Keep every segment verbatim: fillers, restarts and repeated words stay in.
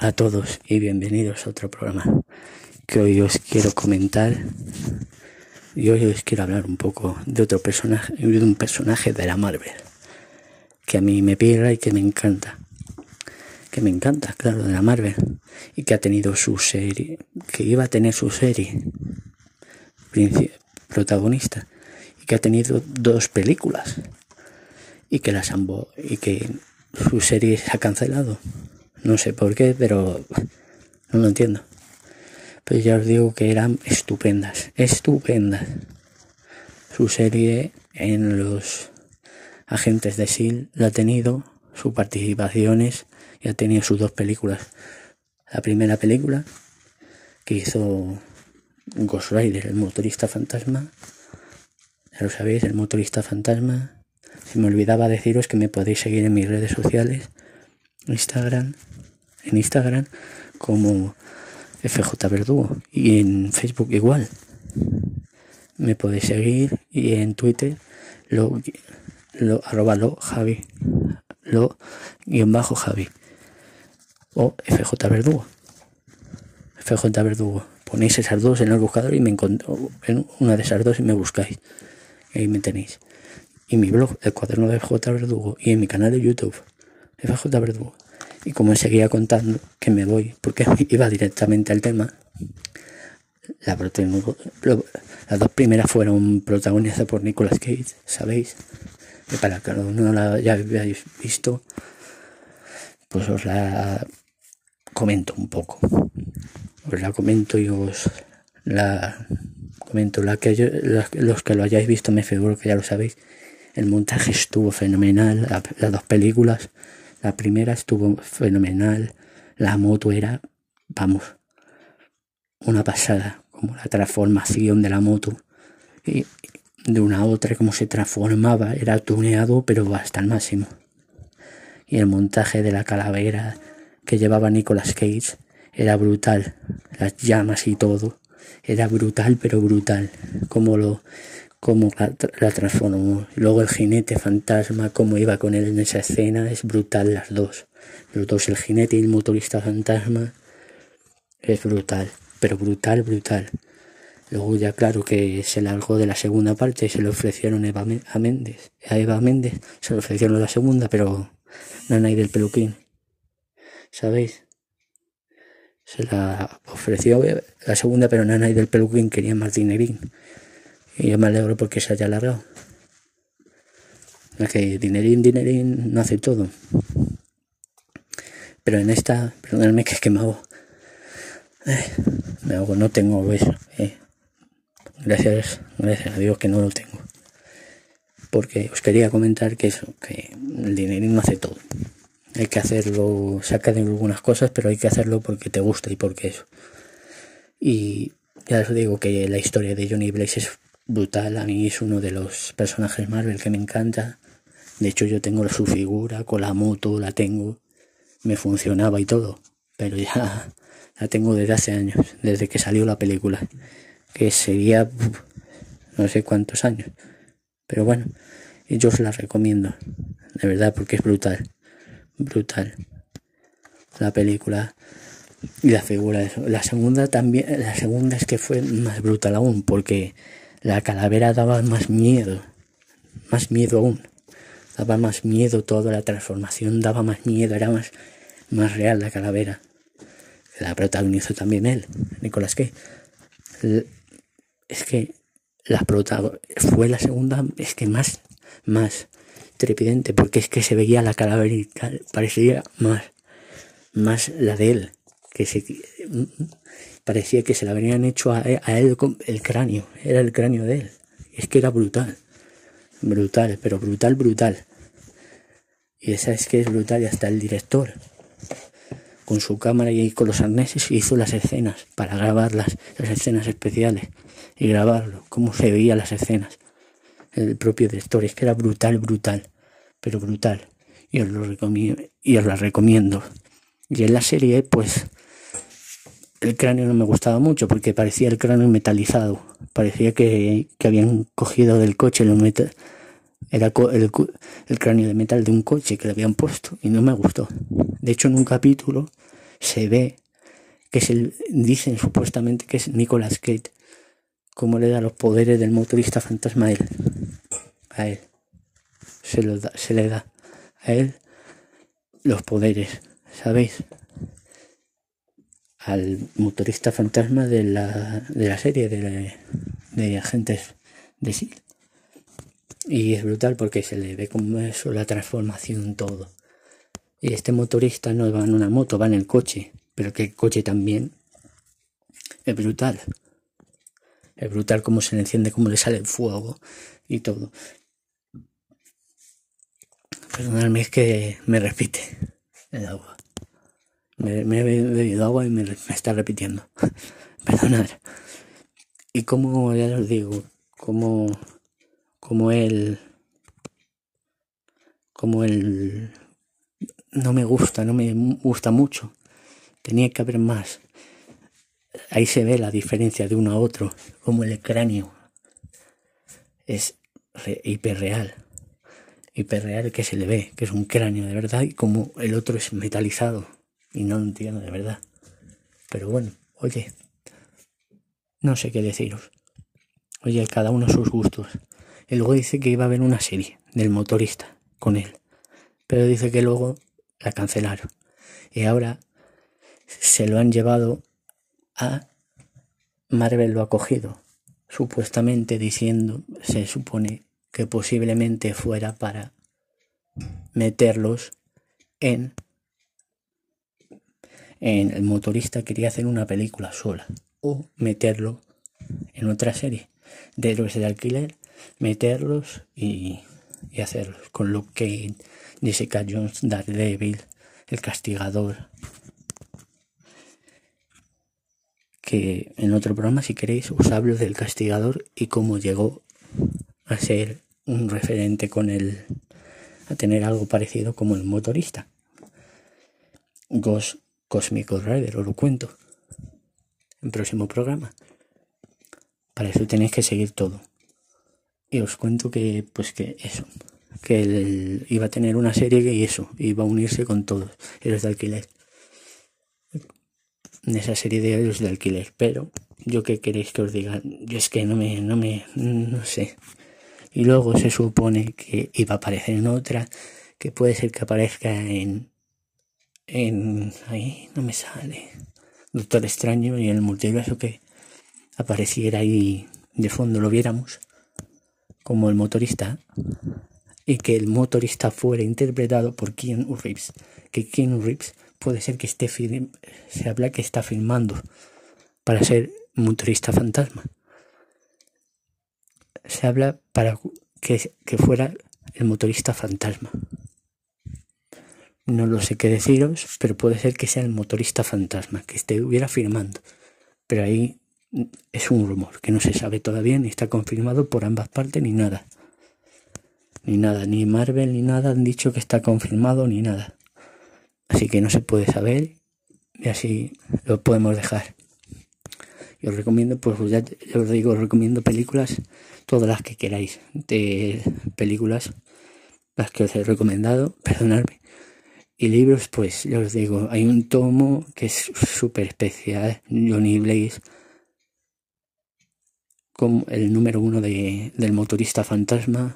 Hola a todos y bienvenidos a otro programa que hoy os quiero comentar y hoy os quiero hablar un poco de otro personaje, de un personaje de la Marvel que a mí me pega y que me encanta, que me encanta, claro, de la Marvel, y que ha tenido su serie, que iba a tener su serie protagonista y que ha tenido dos películas y que las han y que su serie se ha cancelado. No sé por qué, pero no lo entiendo. Pero ya os digo que eran estupendas, estupendas. Su serie en los Agentes de S H I E L D la ha tenido, sus participaciones, y ha tenido sus dos películas. La primera película que hizo Ghost Rider, el motorista fantasma. Ya lo sabéis, el motorista fantasma. Se me olvidaba deciros que me podéis seguir en mis redes sociales, Instagram, en Instagram como F J Verdugo, y en Facebook igual. Me podéis seguir, y en Twitter lo, lo arroba lo Javi, lo guión bajo Javi, o F J Verdugo, F J Verdugo. Ponéis esas dos en el buscador y me encontro en una de esas dos y me buscáis. Y ahí me tenéis. Y mi blog, el cuaderno de F J Verdugo, y en mi canal de YouTube, F J Verdugo. Y como seguía contando, que me voy, porque iba directamente al tema, la las dos primeras fueron protagonizadas por Nicolas Cage, ¿sabéis? Y para que no la ya habéis visto, pues os la comento un poco. Os la comento y os la comento. La que yo, los, los que lo hayáis visto me figuro que ya lo sabéis. El montaje estuvo fenomenal, la, las dos películas. La primera estuvo fenomenal, la moto era, vamos, una pasada, como la transformación de la moto y de una a otra, como se transformaba, era tuneado pero hasta el máximo. Y el montaje de la calavera que llevaba Nicolas Cage era brutal, las llamas y todo, era brutal pero brutal, como lo... cómo la, la transformó. Luego el jinete fantasma, cómo iba con él en esa escena, es brutal las dos. Los dos, el jinete y el motorista fantasma, es brutal, pero brutal, brutal. Luego ya claro que se largó de la segunda parte y se le ofrecieron Eva, a Méndez, a Eva Méndez, se le ofrecieron la segunda, pero Nanay del Peluquín, ¿sabéis? Se la ofreció la segunda, pero Nanay del Peluquín quería más dinerín. Y yo me alegro porque se haya alargado. Es que dinerín, dinerín no hace todo. Pero en esta, perdóname que es que me hago. Eh, me hago, no tengo eso. Eh. Gracias, gracias a Dios que no lo tengo. Porque os quería comentar que eso, que el dinerín no hace todo. Hay que hacerlo, saca de algunas cosas, pero hay que hacerlo porque te gusta y porque eso. Y ya os digo que la historia de Johnny Blaze es brutal. A mí es uno de los personajes Marvel que me encanta. De hecho yo tengo su figura con la moto, la tengo, me funcionaba y todo, pero ya la tengo desde hace años, desde que salió la película, que sería uf, no sé cuántos años, pero bueno, yo os la recomiendo de verdad porque es brutal, brutal la película y la figura de eso. La segunda también, la segunda es que fue más brutal aún, porque la calavera daba más miedo, más miedo aún, daba más miedo toda la transformación, daba más miedo, era más, más real la calavera. La protagonizó también él, Nicolas Cage. Es que la protagon... fue la segunda, es que más, más trepidante, porque es que se veía la calavera y parecía más, más la de él, que se... parecía que se la habrían hecho a él, a él el cráneo, era el cráneo de él. Es que era brutal, brutal, pero brutal, brutal. Y esa es que es brutal, y hasta el director, con su cámara y con los arneses, hizo las escenas para grabar las, las escenas especiales y grabarlo, cómo se veían las escenas. El propio director, es que era brutal, brutal, pero brutal. Y os lo recomiendo, y os la recomiendo. Y en la serie, pues, el cráneo no me gustaba mucho porque parecía el cráneo metalizado. Parecía que, que habían cogido del coche lo metal. Era el, el cráneo de metal de un coche que le habían puesto y no me gustó. De hecho, en un capítulo se ve que es el, dicen supuestamente que es Nicolas Cage, cómo le da los poderes del motorista fantasma a él. A él. Se, lo da, se le da a él los poderes, ¿sabéis? Al motorista fantasma de la, de la serie de, de agentes de S H I E L D. Y es brutal porque se le ve como eso, la transformación, todo. Y este motorista no va en una moto, va en el coche, pero que el coche también es brutal. Es brutal cómo se le enciende, cómo le sale el fuego y todo. Perdonadme, es que me repite el agua. Me, me he bebido agua y me, me está repitiendo. Perdonad. Y como ya os digo, como, como él, como él no me gusta, no me gusta mucho. Tenía que haber más. Ahí se ve la diferencia de uno a otro, como el cráneo es re, hiperreal. Hiperreal que se le ve, que es un cráneo de verdad, y como el otro es metalizado. Y no lo entiendo de verdad. Pero bueno, oye, no sé qué deciros. Oye, cada uno sus gustos. Y luego dice que iba a haber una serie del motorista con él. Pero dice que luego la cancelaron. Y ahora se lo han llevado a... Marvel lo ha cogido. Supuestamente diciendo, se supone que posiblemente fuera para meterlos en... En el motorista quería hacer una película sola. O meterlo en otra serie de héroes de alquiler, meterlos y, y hacerlos con Luke Cage, Jessica Jones, Daredevil, El Castigador, que en otro programa, si queréis, os hablo del Castigador y cómo llegó a ser un referente con el, a tener algo parecido como el motorista. Ghost Cosmic Rider, os lo cuento en próximo programa. Para eso tenéis que seguir todo. Y os cuento que, pues que eso, que él iba a tener una serie y eso, iba a unirse con todos, héroes de alquiler. En esa serie de héroes de alquiler. Pero, ¿yo qué queréis que os diga? Yo es que no me, no me, no sé. Y luego se supone que iba a aparecer en otra, que puede ser que aparezca en, en, ahí no me sale, Doctor Extraño y el multiverso, que apareciera ahí de fondo, lo viéramos como el motorista, y que el motorista fuera interpretado por Keanu Reeves, que Keanu Reeves puede ser que esté film, se habla que está filmando para ser motorista fantasma. Se habla para que, que fuera el motorista fantasma. No lo sé qué deciros, pero puede ser que sea el motorista fantasma, que estuviera filmando. Pero ahí es un rumor, que no se sabe todavía, ni está confirmado por ambas partes, ni nada. Ni nada, ni Marvel, ni nada han dicho que está confirmado, ni nada. Así que no se puede saber, y así lo podemos dejar. Y os recomiendo, pues ya, ya os digo, os recomiendo películas, todas las que queráis, de películas, las que os he recomendado, perdonadme. Y libros, pues ya os digo, hay un tomo que es súper especial, Johnny Blaze, como el número uno de, del motorista fantasma,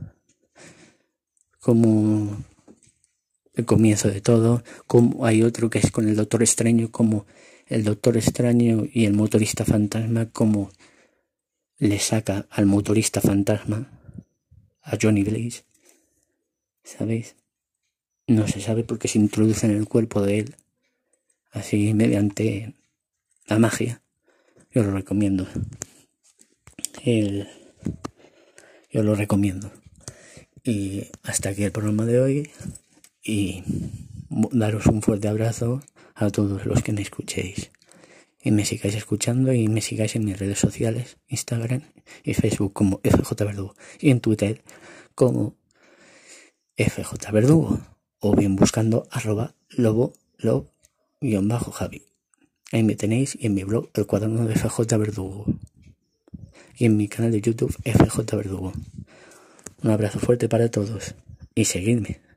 como el comienzo de todo, como hay otro que es con el Doctor Extraño, como el Doctor Extraño y el motorista fantasma, como le saca al motorista fantasma, a Johnny Blaze, ¿sabéis? No se sabe porque se introduce en el cuerpo de él, así mediante la magia. Yo lo recomiendo. El, yo lo recomiendo. Y hasta aquí el programa de hoy. Y daros un fuerte abrazo a todos los que me escuchéis. Y me sigáis escuchando y me sigáis en mis redes sociales, Instagram y Facebook como F J Verdugo. Y en Twitter como F J Verdugo. O bien buscando arroba lobo lob guión bajo Javi. Ahí me tenéis, y en mi blog El Cuaderno de F J Verdugo. Y en mi canal de YouTube F J Verdugo. Un abrazo fuerte para todos y seguidme.